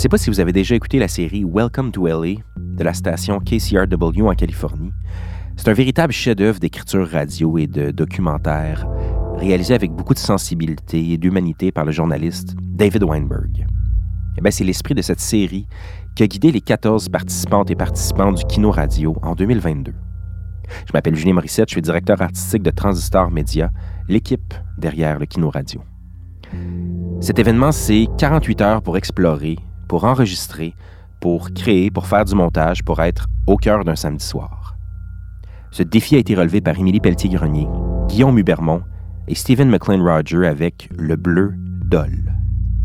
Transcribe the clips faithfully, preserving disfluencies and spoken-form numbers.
sais pas si vous avez déjà écouté la série Welcome to L A de la station K C R W en Californie. C'est un véritable chef-d'œuvre d'écriture radio et de documentaire réalisé avec beaucoup de sensibilité et d'humanité par le journaliste David Weinberg. Eh bien, c'est l'esprit de cette série qui a guidé les quatorze participantes et participants du Kino Radio en deux mille vingt-deux. Je m'appelle Julien Morissette, je suis directeur artistique de Transistor Média, l'équipe derrière le Kino Radio. Cet événement, c'est quarante-huit heures pour explorer, pour enregistrer, pour créer, pour faire du montage, pour être au cœur d'un samedi soir. Ce défi a été relevé par Émilie Pelletier-Grenier, Guillaume Hubermont et Stephen McLean-Roger avec Le Bleu Dole.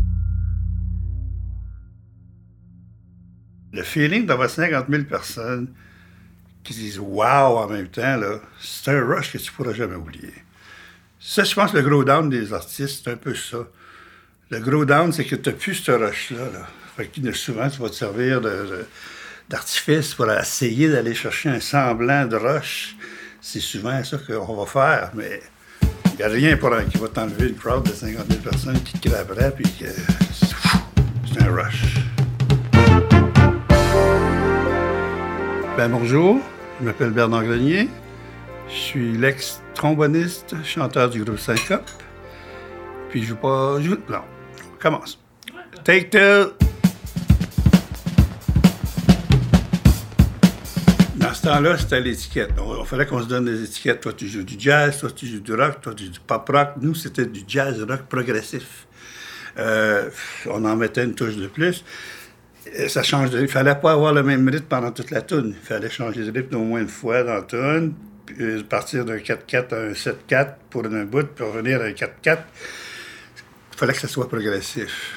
Le feeling d'avoir cinquante mille personnes qui disent « wow » en même temps, là, c'est un rush que tu ne pourras jamais oublier. Ça, je pense, le gros down des artistes, c'est un peu ça. Le gros down, c'est que tu n'as plus ce rush-là. Là. Fait que souvent, tu vas te servir de, de, d'artifice pour essayer d'aller chercher un semblant de rush. C'est souvent ça qu'on va faire, mais il n'y a rien pour un, qui va t'enlever une crowd de cinquante mille personnes qui te crèveraient, puis que c'est, c'est un rush. Ben bonjour, je m'appelle Bernard Grenier. Je suis l'ex-tromboniste, chanteur du groupe Syncope. Puis je joue pas... Je joue... Non, on commence. Take two! Dans ce temps-là, c'était l'étiquette. Il fallait qu'on se donne des étiquettes. Toi, tu joues du jazz, toi, tu joues du rock, toi, tu joues du pop-rock. Nous, c'était du jazz-rock progressif. Euh, on en mettait une touche de plus. Ça change de... Il ne fallait pas avoir le même rythme pendant toute la tune. Il fallait changer de rythme au moins une fois dans la tune, puis partir d'un quatre quatre à un sept quatre pour un bout, puis revenir à un quatre quatre. Il fallait que ça soit progressif.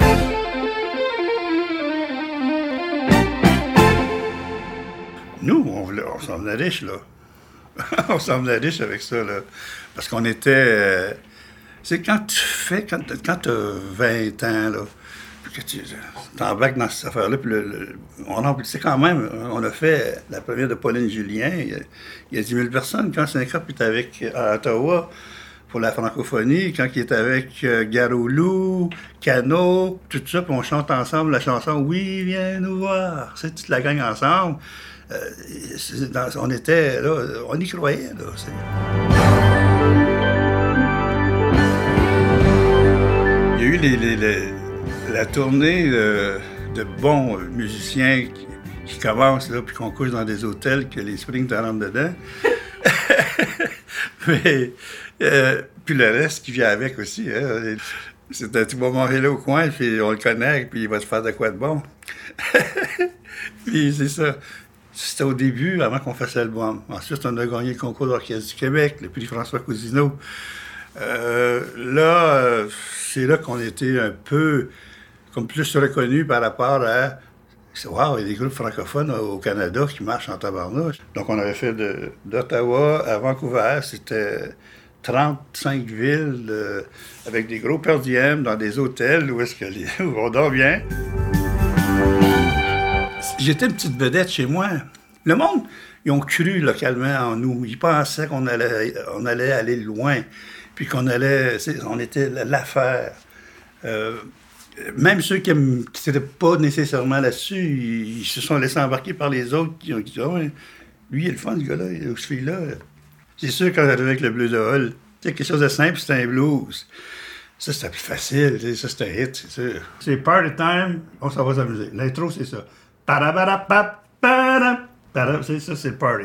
Nous, on, voulait, on s'en venait riche, là. on s'en venait riche avec ça, là. Parce qu'on était... Euh, c'est quand tu fais... Quand, quand tu as vingt ans, là, que tu t'embarques dans cette affaire-là, puis le, le, on a, c'est quand même, on a fait la première de Pauline Julien, il y a, il y a dix mille personnes, quand Syncope était avec, à Ottawa, pour la francophonie, quand il était avec euh, Garoulou, Cano, tout ça, puis on chante ensemble la chanson « Oui, viens nous voir », c'est toute la gang ensemble, euh, c'est, dans, on était, là, on y croyait, là, c'est... Il y a eu les... les, les la tournée de, de bons musiciens qui, qui commence, là, puis qu'on couche dans des hôtels, que les springs te rentrent dedans. Mais, euh, puis le reste qui vient avec aussi. Hein. C'est, tu vas manger là au coin, puis on le connaît, puis il va te faire de quoi de bon. Puis c'est ça. C'était au début, avant qu'on fasse l'album. Ensuite, on a gagné le concours d'orchestre du Québec, le prix François Cousineau. Euh, là, euh, c'est là qu'on était un peu... comme plus reconnu par rapport à... Wow, il y a des groupes francophones au Canada qui marchent en tabarnouche. Donc, on avait fait de, d'Ottawa à Vancouver. C'était trente-cinq villes euh, avec des gros per diem dans des hôtels où est-ce que les... où on dort bien. J'étais une petite vedette chez moi. Le monde, ils ont cru localement en nous. Ils pensaient qu'on allait, on allait aller loin, puis qu'on allait... On était l'affaire. Euh, Même ceux qui n'étaient pas nécessairement là-dessus, ils, ils se sont laissés embarquer par les autres qui ont dit « Ah ouais, lui, il est le fun, ce gars-là, ou ce fille-là. » C'est sûr, quand j'arrivais avec le Bleu Dole, c'est quelque chose de simple, c'était un blues. Ça, c'était plus facile, ça, c'était un hit, c'est sûr. C'est party time, on s'en va s'amuser. L'intro, c'est ça. C'est ça, c'est le party.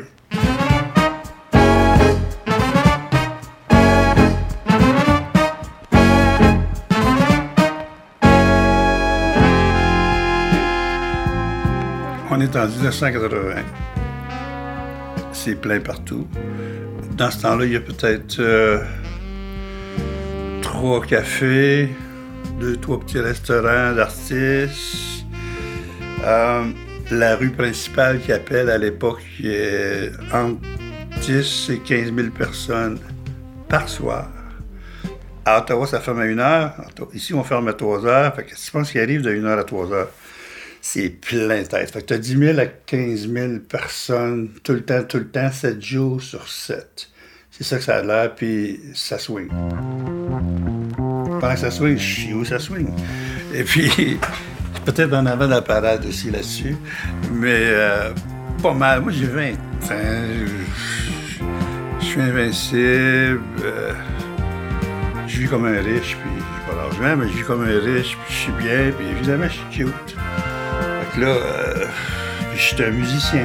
On est en dix-neuf cent quatre-vingts. C'est plein partout. Dans ce temps-là, il y a peut-être euh, trois cafés, deux, trois petits restaurants d'artistes. Euh, la rue principale qui appelle à l'époque, qui est entre dix et quinze mille personnes par soir. À Ottawa, ça ferme à une heure. Ici, on ferme à trois heures. Fait que je pense qu'il arrive de une heure à trois heures. C'est plein tête. Fait que t'as dix mille à quinze mille personnes tout le temps, tout le temps, sept jours sur sept. C'est ça que ça a l'air, puis ça swing. Pendant que ça swing, je suis où ça swing. Et puis, peut-être en avant de la parade aussi là-dessus. Mais euh, pas mal. Moi, j'ai vingt ans. Je, je suis invincible. Euh, je vis comme un riche, puis j'ai pas d'argent, mais je vis comme un riche, puis je suis bien, puis évidemment, je suis cute. Fait que là, euh, puis je suis un musicien.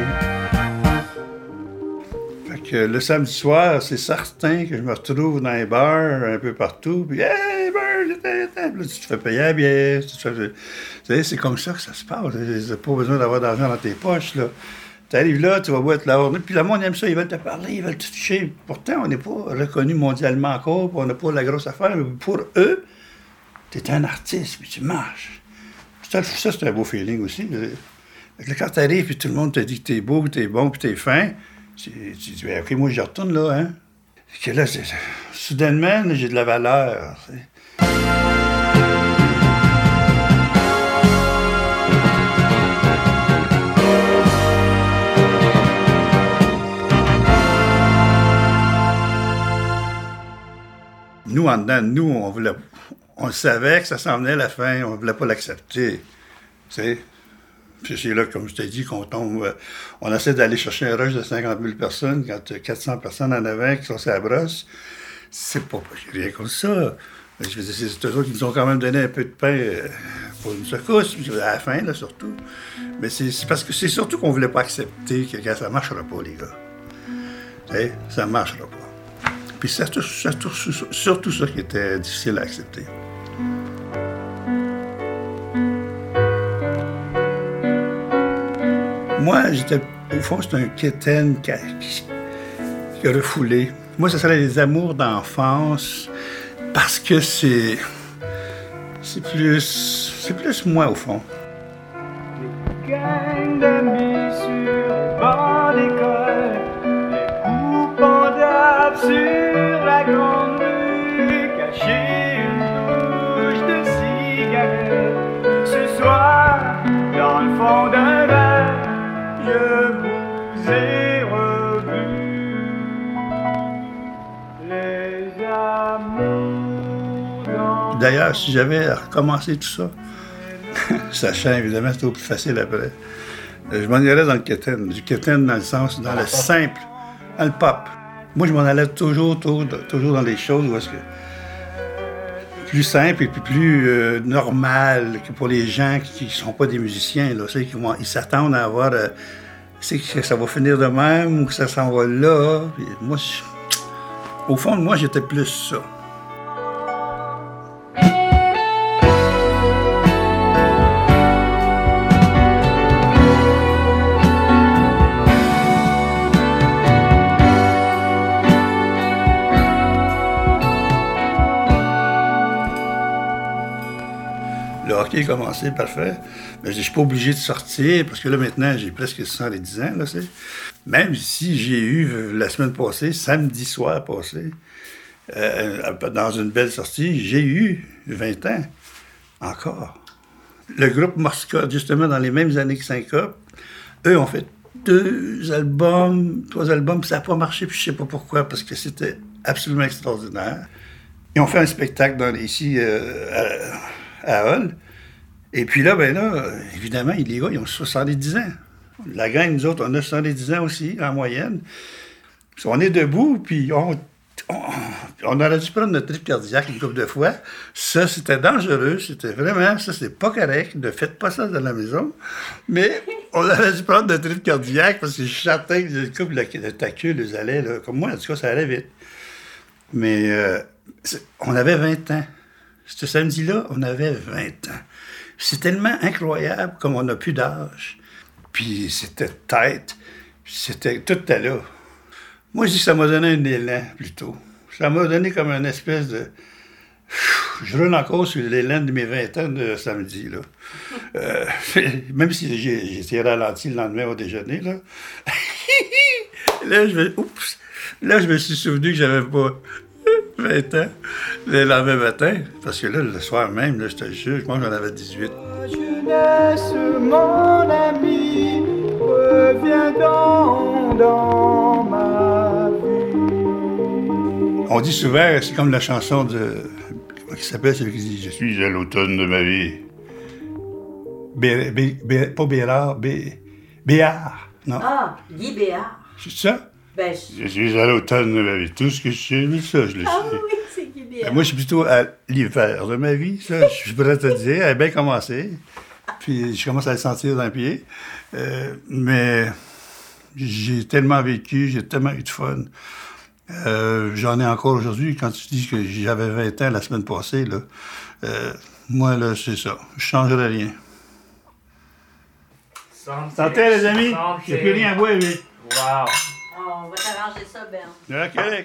Fait que le samedi soir, c'est certain que je me retrouve dans les bars un peu partout, puis « Hey, bar, là, tu te fais payer la bière. » Tu sais, c'est comme ça que ça se passe. Tu n'as pas besoin d'avoir d'argent dans tes poches, là. Tu arrives là, tu vas boire de la journée, puis le monde aime ça, ils veulent te parler, ils veulent te toucher. Pourtant, on n'est pas reconnu mondialement encore, puis on n'a pas la grosse affaire, mais pour eux, tu es un artiste, puis tu marches. Ça, ça c'est un beau feeling aussi. Là, quand tu arrives, puis tout le monde te dit que tu es beau, que tu es bon, puis tu es fin, tu dis, ben, OK, moi, je retourne là, hein. Que là, c'est, soudainement, là, j'ai de la valeur. T'sais. Nous, en dedans, nous, on voulait, on savait que ça s'en venait à la fin, on ne voulait pas l'accepter. T'sais. Puis c'est là, comme je t'ai dit, qu'on tombe. On essaie d'aller chercher un rush de cinquante mille personnes quand tu as quatre cents personnes en avant qui sont sur la brosse. C'est pas rien comme ça. Je veux dire, c'est eux autres qui nous ont quand même donné un peu de pain pour une secousse, à la fin, là, surtout. Mais c'est, c'est parce que c'est surtout qu'on voulait pas accepter que, que ça ne marchera pas, les gars. T'sais, ça ne marchera pas. Puis c'est surtout, surtout ça qui était difficile à accepter. Moi, j'étais, au fond, c'est un quétaine qui a, qui, qui a refoulé. Moi, ce serait les amours d'enfance, parce que c'est, c'est plus, c'est plus moi, au fond. Des gangs d'amis sur le banc d'école, les coups pendables sur la grande rue, cacher une bouche de cigarette. Ce soir, dans le fond d'un verre, je vous ai revu. Les amours dans... D'ailleurs, si j'avais recommencé tout ça, sachant évidemment c'était au plus facile après, je m'en irais dans le quétaine. Du quétaine dans le sens, dans le simple, dans le pop. Moi, je m'en allais toujours, toujours, toujours dans les choses où est-ce que plus simple et puis plus euh, normal que pour les gens qui ne sont pas des musiciens. Là, qui vont, ils s'attendent à avoir... Euh, c'est que ça va finir de même ou que ça s'en va là. Puis moi, je, au fond de moi, j'étais plus ça. Le hockey a commencé, parfait. Mais je ne suis pas obligé de sortir, parce que là, maintenant, j'ai presque soixante-dix ans. Là, c'est... Même si j'ai eu, la semaine passée, samedi soir passé, euh, dans une belle sortie, j'ai eu vingt ans, encore. Le groupe Morska, justement, dans les mêmes années que Syncope, eux ont fait deux albums, trois albums, puis ça n'a pas marché, puis je ne sais pas pourquoi, parce que c'était absolument extraordinaire. Ils ont fait un spectacle dans, ici, euh, à, à Hull. Et puis là, ben là, évidemment, les gars, ils ont soixante-dix ans. La gang, nous autres, on a soixante-dix ans aussi, en moyenne. Puis on est debout, puis on, on, on aurait dû prendre notre rythme cardiaque une couple de fois. Ça, c'était dangereux, c'était vraiment, ça, c'est pas correct. Ne faites pas ça dans la maison. Mais on aurait dû prendre notre rythme cardiaque parce que je chantais, le couple, le, le tacule, les allait, là, comme moi, en tout cas, ça allait vite. Mais euh, on avait vingt ans. Ce samedi-là, on avait vingt ans. C'est tellement incroyable comme on n'a plus d'âge. Puis c'était tête, puis c'était tout était là. Moi, je dis que ça m'a donné un élan, plutôt. Ça m'a donné comme une espèce de... Je roule encore sur l'élan de mes vingt ans de samedi, là. Euh, même si j'ai, j'ai été ralenti le lendemain au déjeuner, là. là, je me... Oups! Là, je me suis souvenu que j'avais pas... vingt ans, le lendemain matin, parce que là, le soir même, là, je te jure, je pense que j'en avais dix-huit. Jeunesse, mon ami, reviens donc dans ma vie. On dit souvent, c'est comme la chanson de... Comment il s'appelle, celui qui dit « Je suis à l'automne de ma vie ». Bé, Bé, Bé, pas Béard, Bé, Béard. Non. Ah, Guy Béard. C'est ça? Ben, Je suis à l'automne de ma vie. Tout ce que je sais, ça, je le ah sais. oui, c'est Guy Béard. Ben, moi, je suis plutôt à l'hiver de ma vie, ça. Je suis prêt à te dire. Elle a bien commencé. Puis, je commence à le sentir dans le pied. Euh, mais j'ai tellement vécu, j'ai tellement eu de fun. Euh, j'en ai encore aujourd'hui. Quand tu dis que j'avais vingt ans la semaine passée, là, euh, moi, là, c'est ça. Je changerais rien. Santé, Santé, les amis! santé. Il n'y a plus rien à boire, lui. Wow. Ah, on va t'arranger ça, Ben. OK.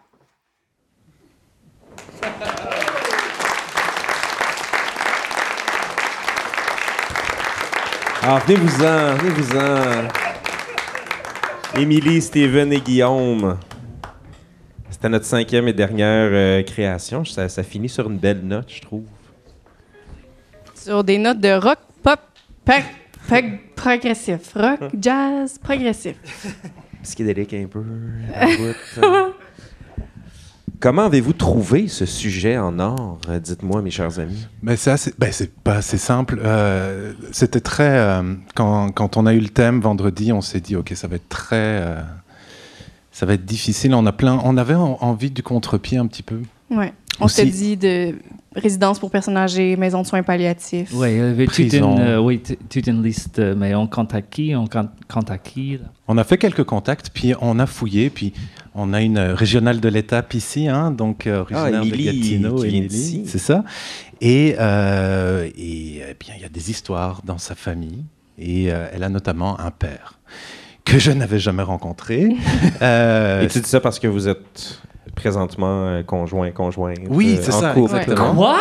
Ah, venez-vous-en, venez-vous-en. Émilie, Steven et Guillaume. C'était notre cinquième et dernière euh, création. Ça, ça finit sur une belle note, je trouve. Sur des notes de rock, pop, pop, pop progressif. Rock, jazz, progressif. Psychédélique un peu. à bout, euh. Comment avez-vous trouvé ce sujet en or? Euh, Dites-moi, mes chers amis. Mais c'est assez, ben c'est pas assez simple. Euh, c'était très euh, quand, quand on a eu le thème vendredi, on s'est dit ok, ça va être très, euh, ça va être difficile. On a plein, on avait en- envie du contre-pied un petit peu. Ouais. On Aussi- s'est dit de résidence pour personnes âgées, maison de soins palliatifs. Oui, il y avait toute Prison. une, euh, oui, t- toute une liste, euh, mais on contacte qui? On con- contacte qui? Là? On a fait quelques contacts, puis on a fouillé, puis on a une euh, régionale de l'Étape ici, hein, donc euh, originaire Émilie, de Gatineau, qui vient Émilie, d'ici. c'est ça. Et, euh, et eh bien, il y a des histoires dans sa famille, et euh, elle a notamment un père que je n'avais jamais rencontré. Euh, Et tu dis ça parce que vous êtes présentement euh, conjoint, conjoint. Oui, euh, c'est en ça, couple. exactement. Quoi?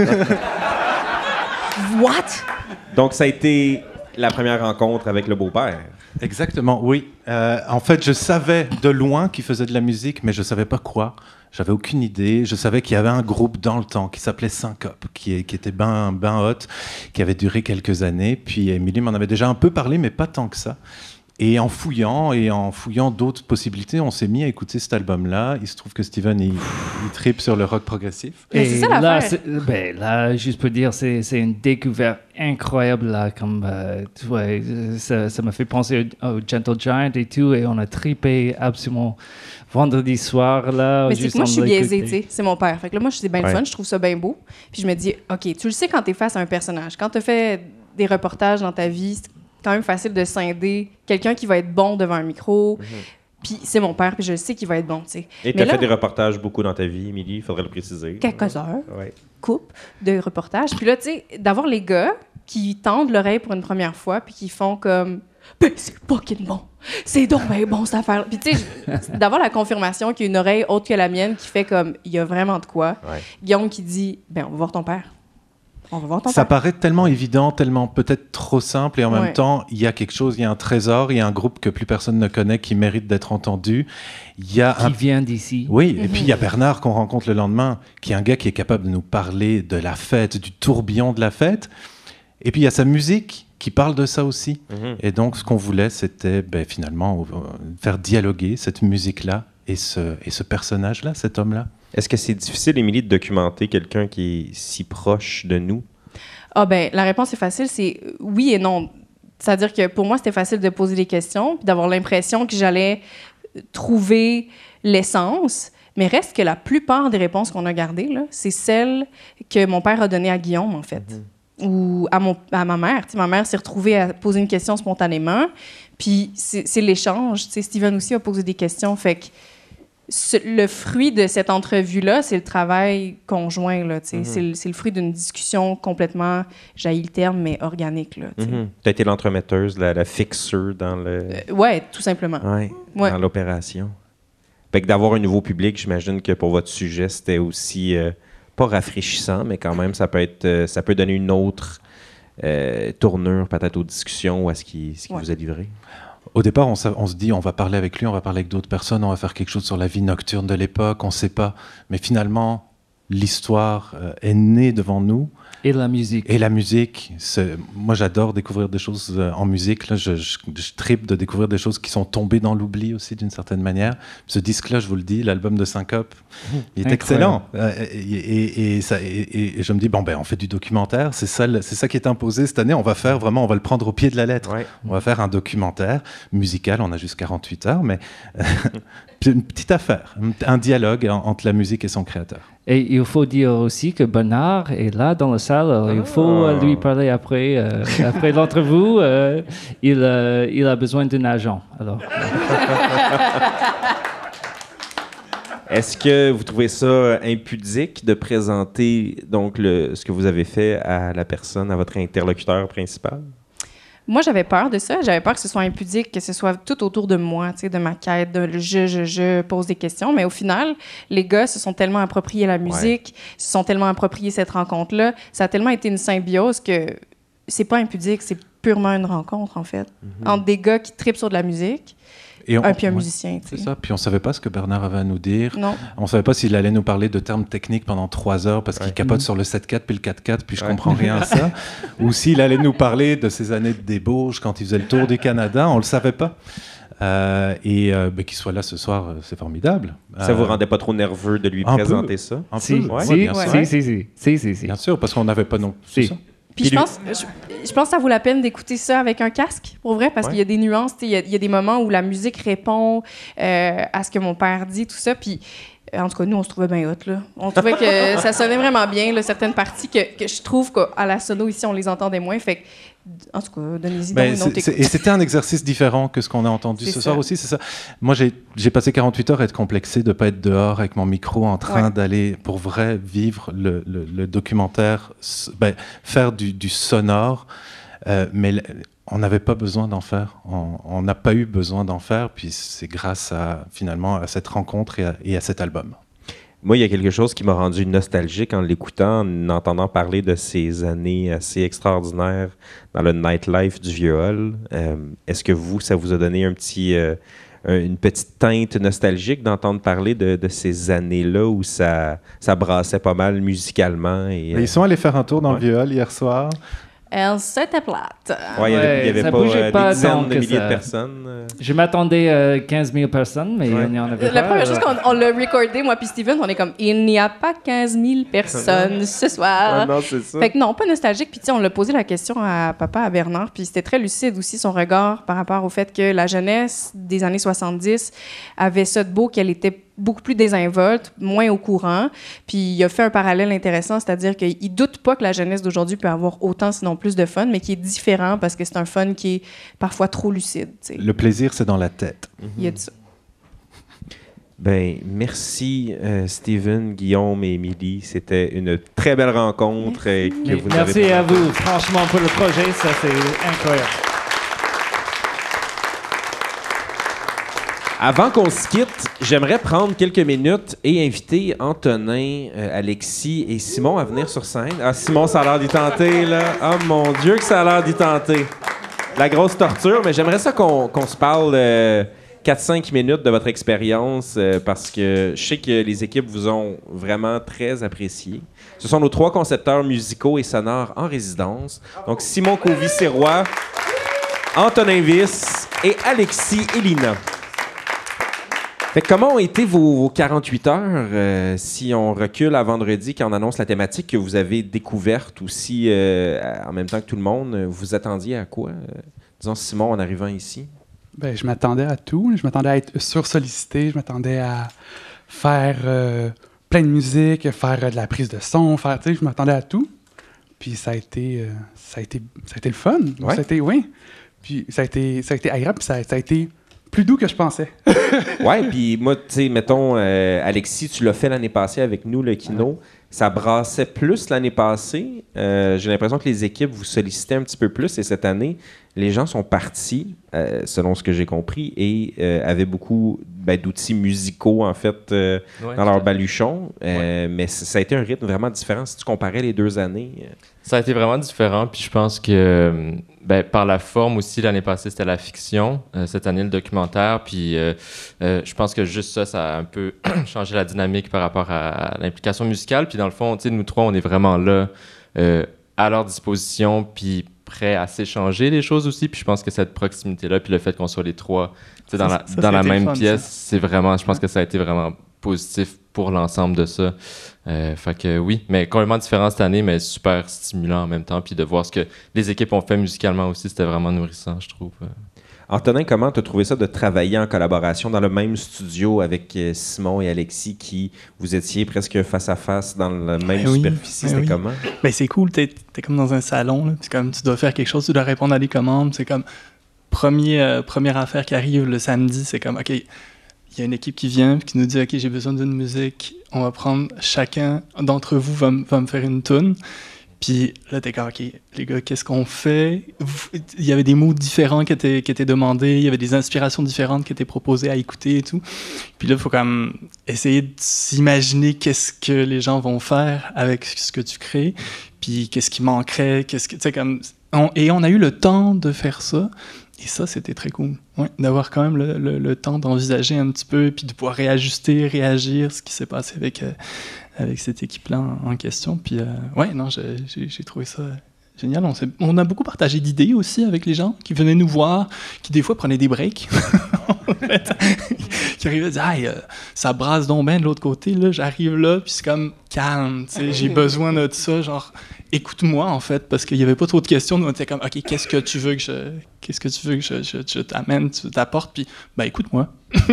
What? Donc, ça a été la première rencontre avec le beau-père. Exactement, oui. Euh, en fait, je savais de loin qu'il faisait de la musique, mais je savais pas quoi. J'avais aucune idée. Je savais qu'il y avait un groupe dans le temps qui s'appelait Syncope, qui, est- qui était ben, ben hot, qui avait duré quelques années. Puis Émilie m'en avait déjà un peu parlé, mais pas tant que ça. Et en fouillant et en fouillant d'autres possibilités, on s'est mis à écouter cet album-là. Il se trouve que Steven, il, il tripe sur le rock progressif. Mais c'est Et ça là, l'affaire. c'est- ben, là, juste pour dire, c'est, c'est une découverte incroyable, là, comme, euh, tu vois, euh, ça, ça m'a fait penser au, au Gentle Giant et tout, et on a trippé absolument vendredi soir, là. Mais c'est juste que moi, en je suis biaisée, tu l'écouter. sais. C'est mon père. Fait que là, moi, c'est bien Ouais. le fun. Je trouve ça bien beau. Puis je me dis, OK, tu le sais quand t'es face à un personnage. Quand t'as fait des reportages dans ta vie, c'est quand même facile de scinder quelqu'un qui va être bon devant un micro. Puis c'est mon père, puis je le sais qu'il va être bon, tu sais. Et tu Mais as là- fait des reportages beaucoup dans ta vie, Émilie, il faudrait le préciser. Quelques heures, Ouais. coupe de reportages. Puis là, tu sais, d'avoir les gars qui tendent l'oreille pour une première fois, puis qui font comme « Ben, c'est fucking bon! C'est donc ben bon, cette affaire! » Puis tu sais, je- d'avoir la confirmation qu'il y a une oreille autre que la mienne qui fait comme « Il y a vraiment de quoi. Ouais. » Guillaume qui dit « Ben, on va voir ton père. On va voir ton Ça père. paraît tellement évident, tellement peut-être trop simple, et en Ouais. même temps, il y a quelque chose, il y a un trésor, il y a un groupe que plus personne ne connaît qui mérite d'être entendu. Il y a un... Qui vient d'ici. Oui, et puis il y a Bernard qu'on rencontre le lendemain, qui est un gars qui est capable de nous parler de la fête, du tourbillon de la fête. Et puis il y a sa musique qui parle de ça aussi. Mhm. Et donc ce qu'on voulait, c'était ben, finalement euh, faire dialoguer cette musique-là et ce, et ce personnage-là, cet homme-là. Est-ce que c'est difficile, Émilie, de documenter quelqu'un qui est si proche de nous? Ah ben, la réponse est facile, c'est oui et non. C'est-à-dire que pour moi, c'était facile de poser des questions puis d'avoir l'impression que j'allais trouver l'essence. Mais reste que la plupart des réponses qu'on a gardées, là, c'est celles que mon père a données à Guillaume, en fait. Ou à, mon, à ma mère. Tu sais, ma mère s'est retrouvée à poser une question spontanément. Puis c'est c'est l'échange. Tu sais, Steven aussi a posé des questions. Fait que ce- le fruit de cette entrevue-là, c'est le travail conjoint. Là, tu sais. C'est le- c'est le fruit d'une discussion complètement, j'haïs le terme, mais organique. Là, tu sais. Tu as été l'entremetteuse, la, la fixeur dans le... Euh, ouais, tout simplement. Ouais, Ouais. dans l'opération. Fait que d'avoir un nouveau public, j'imagine que pour votre sujet, c'était aussi euh, pas rafraîchissant, mais quand même, ça peut être, euh, ça peut donner une autre euh, tournure peut-être aux discussions ou à ce qui, ce qui Ouais. Mm. vous a livré. Au départ, on, sa- on se dit, on va parler avec lui, on va parler avec d'autres personnes, on va faire quelque chose sur la vie nocturne de l'époque, on ne sait pas. Mais finalement, l'histoire euh, est née devant nous. Et la musique. Et la musique, c'est- moi j'adore découvrir des choses euh, en musique. Là, je, je, je tripe de découvrir des choses qui sont tombées dans l'oubli aussi d'une certaine manière. Ce disque-là, je vous le dis, l'album de Syncope, il est Incroyable. excellent. Euh, et, et, et, ça, et, et- et je me dis, bon, ben, on fait du documentaire, c'est ça, le- c'est ça qui est imposé cette année. On va faire vraiment, on va le prendre au pied de la lettre. Ouais. On va faire un documentaire musical, on a juste quarante-huit heures, mais euh, une petite affaire, un dialogue en- entre la musique et son créateur. Et il faut dire aussi que Bernard est là dans la salle. Alors il faut euh, lui parler après, euh, après l'entrevue. Euh, il, euh, il a besoin d'un agent. Alors, Est-ce que vous trouvez ça impudique de présenter donc le, ce que vous avez fait à la personne, à votre interlocuteur principal? Moi, j'avais peur de ça. J'avais peur que ce soit impudique, que ce soit tout autour de moi, tu sais, de ma quête, de le je, je, je pose des questions. Mais au final, les gars se sont tellement appropriés la musique, se sont tellement appropriés cette rencontre-là. Ça a tellement été une symbiose que c'est pas impudique, c'est purement une rencontre, en fait, Mm-hmm. entre des gars qui tripent sur de la musique, Et on- un puis un ouais, musicien, tu c'est sais. ça. Puis on savait pas ce que Bernard avait à nous dire. Non. On savait pas s'il allait nous parler de termes techniques pendant trois heures parce qu'il Ouais. capote Mhm. sur le sept quatre puis le quatre quatre puis je Ouais. comprends rien à ça. Ou s'il allait nous parler de ses années de débauche quand il faisait le tour du Canada. On le savait pas. Euh, et euh, ben, qu'il soit là ce soir, euh, c'est formidable. Ça Euh, vous rendait pas trop nerveux de lui un peu. présenter ça? un si, peu, ouais, si, bien ouais. sûr. si, si, si, si, si, si. Bien sûr, parce qu'on n'avait pas non Si. c'est ça. Puis Puis je lui- pense, je, je pense que ça vaut la peine d'écouter ça avec un casque, pour vrai, parce Ouais. qu'il y a des nuances, tu sais, il y, a- il y a des moments où la musique répond euh, à ce que mon père dit, tout ça, puis euh, en tout cas, nous, on se trouvait bien hot, là. On trouvait que ça sonnait vraiment bien, là, certaines parties que, que je trouve qu'à la sono, ici, on les entendait moins, fait que, en tout cas, donnez-y donc Ben, une c'est- autre c'est- écoute. et c'était un exercice différent que ce qu'on a entendu C'est ce ça. soir aussi, c'est ça. Moi, j'ai j'ai passé quarante-huit heures à être complexé de ne pas être dehors avec mon micro en train Ouais. d'aller, pour vrai, vivre le, le- le documentaire, s- ben, faire du, du sonore. Euh, mais l- on n'avait pas besoin d'en faire. On on n'a pas eu besoin d'en faire. Puis c'est grâce à, finalement, à cette rencontre et à, et à cet album. Moi, il y a quelque chose qui m'a rendu nostalgique en l'écoutant, en entendant parler de ces années assez extraordinaires dans le nightlife du viol. Euh, Est-ce que vous, ça vous a donné un petit, euh, un- une petite teinte nostalgique d'entendre parler de, de ces années-là où ça, ça brassait pas mal musicalement? Et, Mais ils sont allés faire un tour dans ouais. le viol hier soir. Elle, c'était plate. ouais, il y avait, il y Ouais, avait ça pas bougeait euh, pas des dizaines tant de que milliers ça. de personnes. euh. Je m'attendais à quinze mille personnes, mais Ouais. il n'y en avait pas. La première chose alors. qu'on on l'a recordé, moi puis Steven, on est comme, il n'y a pas quinze mille personnes ce soir. Ouais, non, c'est ça. Fait que non, pas nostalgique. Puis tu sais, on l'a posé la question à papa, à Bernard, puis c'était très lucide aussi son regard par rapport au fait que la jeunesse des années soixante-dix avait ça de beau qu'elle était beaucoup plus désinvolte, moins au courant. Puis il a fait un parallèle intéressant, c'est-à-dire qu'il doute pas que la jeunesse d'aujourd'hui peut avoir autant, sinon plus de fun, mais qui est différent parce que c'est un fun qui est parfois trop lucide. tu sais. Le plaisir, c'est dans la tête. Il y a de ça. Ben, merci euh, Steven, Guillaume et Émilie. C'était une très belle rencontre. euh, que Mais vous nous merci avez à vous, franchement, pour le projet. Ça, c'est incroyable. Avant qu'on se quitte, j'aimerais prendre quelques minutes et inviter Antonin, euh, Alexis et Simon à venir sur scène. Ah, Simon, ça a l'air d'y tenter, là. Oh mon Dieu, que ça a l'air d'y tenter. La grosse torture, mais j'aimerais ça qu'on qu'on se parle euh, quatre cinq minutes de votre expérience euh, parce que je sais que les équipes vous ont vraiment très apprécié. Ce sont nos trois concepteurs musicaux et sonores en résidence. Donc, Simon Covy-Sirois, Antonin Vyss et Alexis Elina. Fait que comment ont été vos, vos quarante-huit heures, euh, si on recule à vendredi, quand on annonce la thématique que vous avez découverte aussi euh, en même temps que tout le monde, vous attendiez à quoi? Euh, disons, Simon, en arrivant ici. Ben, je m'attendais à tout. Je m'attendais à être sursollicité. Je m'attendais à faire euh, plein de musique, faire euh, de la prise de son, faire, tu sais, je m'attendais à tout. Puis ça a été, euh, ça a été, ça a été le fun. Donc, Ouais. ça a été, oui. Puis ça a été, ça a été agréable. Puis ça, a- ça a été plus doux que je pensais. Ouais, puis moi, tu sais, mettons, euh, Alexis, tu l'as fait l'année passée avec nous, le Kino. Ça brassait plus l'année passée. Euh, j'ai l'impression que les équipes vous sollicitaient un petit peu plus. Et cette année, les gens sont partis, euh, selon ce que j'ai compris, et euh, avaient beaucoup ben, d'outils musicaux, en fait, euh, Ouais, dans tout à leur fait. baluchon. Euh, Mais c- ça a été un rythme vraiment différent si tu comparais les deux années. Ça a été vraiment différent, puis je pense que Ben, par la forme aussi, l'année passée, c'était la fiction. Euh, cette année, le documentaire. Puis euh, euh, je pense que juste ça, ça a un peu changé la dynamique par rapport à, à l'implication musicale. Puis dans le fond, tu sais, nous trois, on est vraiment là euh, à leur disposition, puis prêts à s'échanger les choses aussi. Puis je pense que cette proximité-là, puis le fait qu'on soit les trois tu sais, dans la, ça, dans la même fun, pièce, ça. c'est vraiment, je pense que ça a été vraiment positif pour l'ensemble de ça. Euh, fait que oui, mais complètement différent cette année, mais super stimulant en même temps. Puis de voir ce que les équipes ont fait musicalement aussi, c'était vraiment nourrissant, je trouve. Antonin, comment tu as trouvé ça de travailler en collaboration dans le même studio avec euh, Simon et Alexis, qui vous étiez presque face à face dans la même Ben oui, superficie? ben C'était oui. comment? Ben c'est cool, t'es, t'es comme dans un salon, là, puis comme tu dois faire quelque chose, tu dois répondre à des commandes, c'est comme premier, euh, première affaire qui arrive le samedi, c'est comme ok, il y a une équipe qui vient puis qui nous dit ok, j'ai besoin d'une musique, on va prendre chacun d'entre vous va, m- va me faire une tune. Puis là, t'es comme, OK, les gars, qu'est-ce qu'on fait? Il y avait des mots différents qui étaient, qui étaient demandés, il y avait des inspirations différentes qui étaient proposées à écouter et tout. Puis là, il faut quand même essayer de s'imaginer qu'est-ce que les gens vont faire avec ce que tu crées, puis qu'est-ce qui manquerait, qu'est-ce que, tu sais, comme... On, et on a eu le temps de faire ça, et ça, c'était très cool. Ouais, d'avoir quand même le, le, le temps d'envisager un petit peu, puis de pouvoir réajuster, réagir, ce qui s'est passé avec... Euh, avec cette équipe-là en, en question. Puis, euh, ouais, non, j'ai, j'ai, j'ai trouvé ça génial. On, s'est, on a beaucoup partagé d'idées aussi avec les gens qui venaient nous voir, qui des fois prenaient des breaks. En fait, qui arrivaient à dire, hey, euh, ça brasse donc bien de l'autre côté, là, j'arrive là, puis c'est comme calme, tu sais, j'ai besoin de ça, genre, écoute-moi, en fait, parce qu'il n'y avait pas trop de questions. Nous, on était comme, OK, qu'est-ce que tu veux que je, qu'est-ce que tu veux que je, je, je t'amène, tu t'apportes, puis, ben, écoute-moi.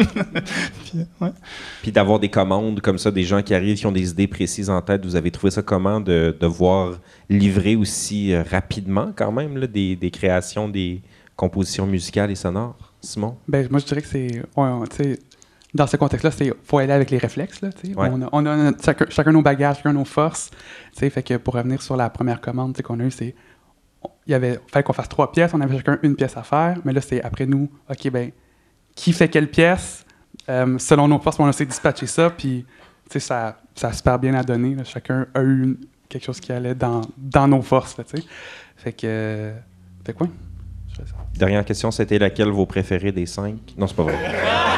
Puis, ouais. Puis d'avoir des commandes comme ça, des gens qui arrivent, qui ont des idées précises en tête, vous avez trouvé ça comment de, de voir livrer aussi euh, rapidement quand même là, des, des créations, des compositions musicales et sonores? Simon? Ben, moi, je dirais que c'est... Ouais, tu sais, dans ce contexte-là, il faut aller avec les réflexes. Là, tu sais. Ouais. On a, on a chacun, chacun nos bagages, chacun nos forces. Tu sais, fait que pour revenir sur la première commande tu sais, qu'on a eue, c'est... Il y avait, fallait qu'on fasse trois pièces, on avait chacun une pièce à faire, mais là, c'est après nous, OK, ben qui fait quelle pièce? Euh, selon nos forces, on a essayé de dispatcher ça, puis tu sais, ça, ça a super bien à donner. Là. Chacun a eu une, quelque chose qui allait dans, dans nos forces. Là, tu sais. Fait que... Euh, fait quoi? Je fais ça. Dernière question, c'était laquelle vos préférés des cinq? Non, c'est pas vrai.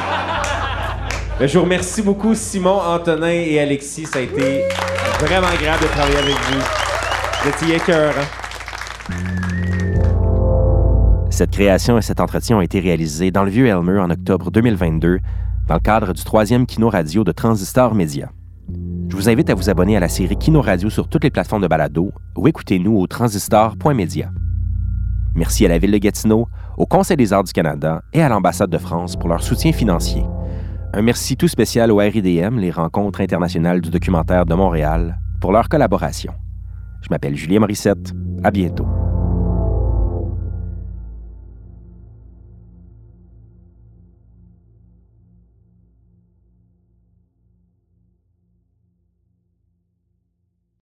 Ben, je vous remercie beaucoup, Simon, Antonin et Alexis. Ça a été vraiment agréable de travailler avec vous. Vous étiez écœurants. Cette création et cet entretien ont été réalisés dans le Vieux-Elmer en octobre deux mille vingt-deux dans le cadre du troisième Kino Radio de Transistor Média. Je vous invite à vous abonner à la série Kino Radio sur toutes les plateformes de balado ou écoutez-nous au transistor point media. Merci à la Ville de Gatineau, au Conseil des arts du Canada et à l'Ambassade de France pour leur soutien financier. Un merci tout spécial au R I D M, les Rencontres internationales du documentaire de Montréal, pour leur collaboration. Je m'appelle Julien Morissette. À bientôt.